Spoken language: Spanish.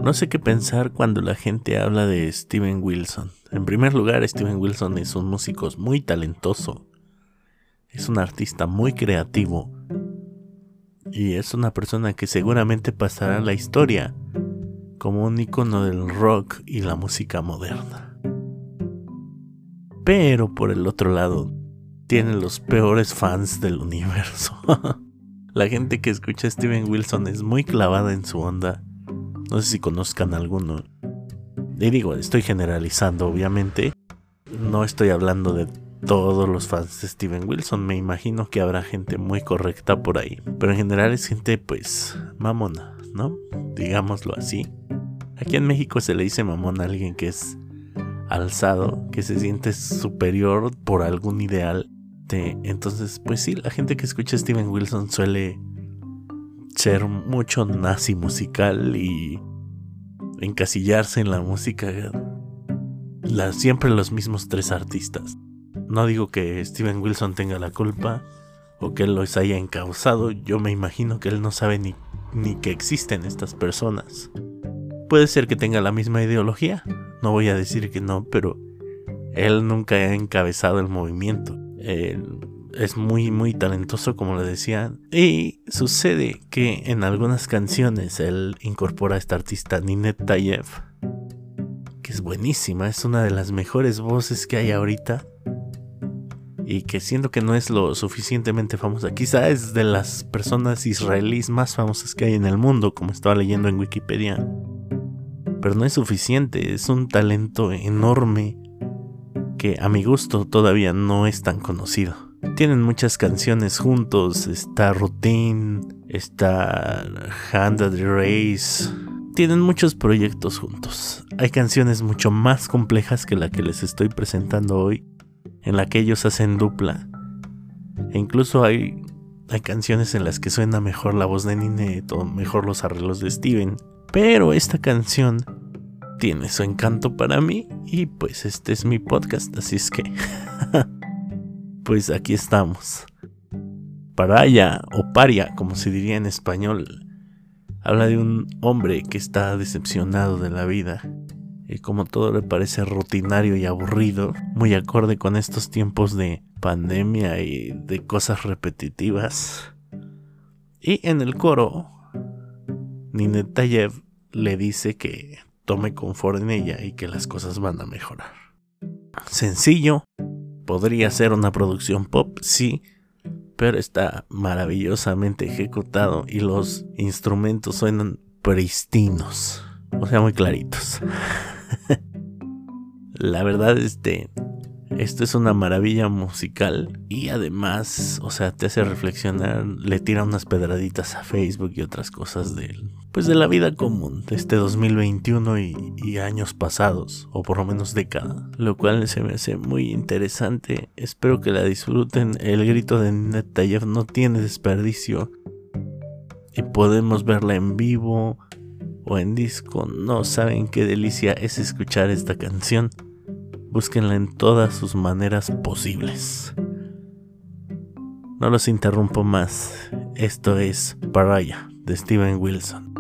No sé qué pensar cuando la gente habla de Steven Wilson. En primer lugar, Steven Wilson es un músico muy talentoso. Es un artista muy creativo. Y es una persona que seguramente pasará a la historia como un ícono del rock y la música moderna. Pero por el otro lado, tiene los peores fans del universo. La gente que escucha a Steven Wilson es muy clavada en su onda. No sé si conozcan alguno. Y digo, estoy generalizando, obviamente. No estoy hablando de todos los fans de Steven Wilson. Me imagino que habrá gente muy correcta por ahí. Pero en general es gente, pues, mamona, ¿no? Digámoslo así. Aquí en México se le dice mamón a alguien que es alzado, que se siente superior por algún ideal. Entonces, pues sí, la gente que escucha a Steven Wilson suele ser mucho nazi musical y encasillarse en la música. Siempre los mismos tres artistas. No digo que Steven Wilson tenga la culpa o que él los haya encauzado. Yo me imagino que él no sabe ni que existen estas personas. Puede ser que tenga la misma ideología, no voy a decir que no, pero él nunca ha encabezado el movimiento. Es muy talentoso, como le decía, y sucede que en algunas canciones él incorpora a esta artista Ninette Tayev, que es buenísima, es una de las mejores voces que hay ahorita y que siento que no es lo suficientemente famosa. Quizá es de las personas israelíes más famosas que hay en el mundo, como estaba leyendo en Wikipedia, pero no es suficiente. Es un talento enorme que a mi gusto todavía no es tan conocido. Tienen muchas canciones juntos, está Routine, está Hand at the Race. Tienen muchos proyectos juntos. Hay canciones mucho más complejas que la que les estoy presentando hoy, en la que ellos hacen dupla. E incluso hay canciones en las que suena mejor la voz de Ninette o mejor los arreglos de Steven. Pero esta canción tiene su encanto para mí y pues este es mi podcast, así es que pues aquí estamos. Paraya o Paria, como se diría en español, habla de un hombre que está decepcionado de la vida y como todo le parece rutinario y aburrido, muy acorde con estos tiempos de pandemia y de cosas repetitivas. Y en el coro, Ninette Tayev le dice que tome confort en ella y que las cosas van a mejorar. Sencillo, podría ser una producción pop, sí, pero está maravillosamente ejecutado y los instrumentos suenan pristinos, o sea, muy claritos. La verdad, esto es una maravilla musical y además, o sea, te hace reflexionar, le tira unas pedraditas a Facebook y otras cosas de la vida común de este 2021 y años pasados, o por lo menos década, lo cual se me hace muy interesante. Espero que la disfruten. El grito de Ninette Tayev no tiene desperdicio y podemos verla en vivo o en disco. No saben qué delicia es escuchar esta canción. Búsquenla en todas sus maneras posibles. No los interrumpo más. Esto es Paraya de Steven Wilson.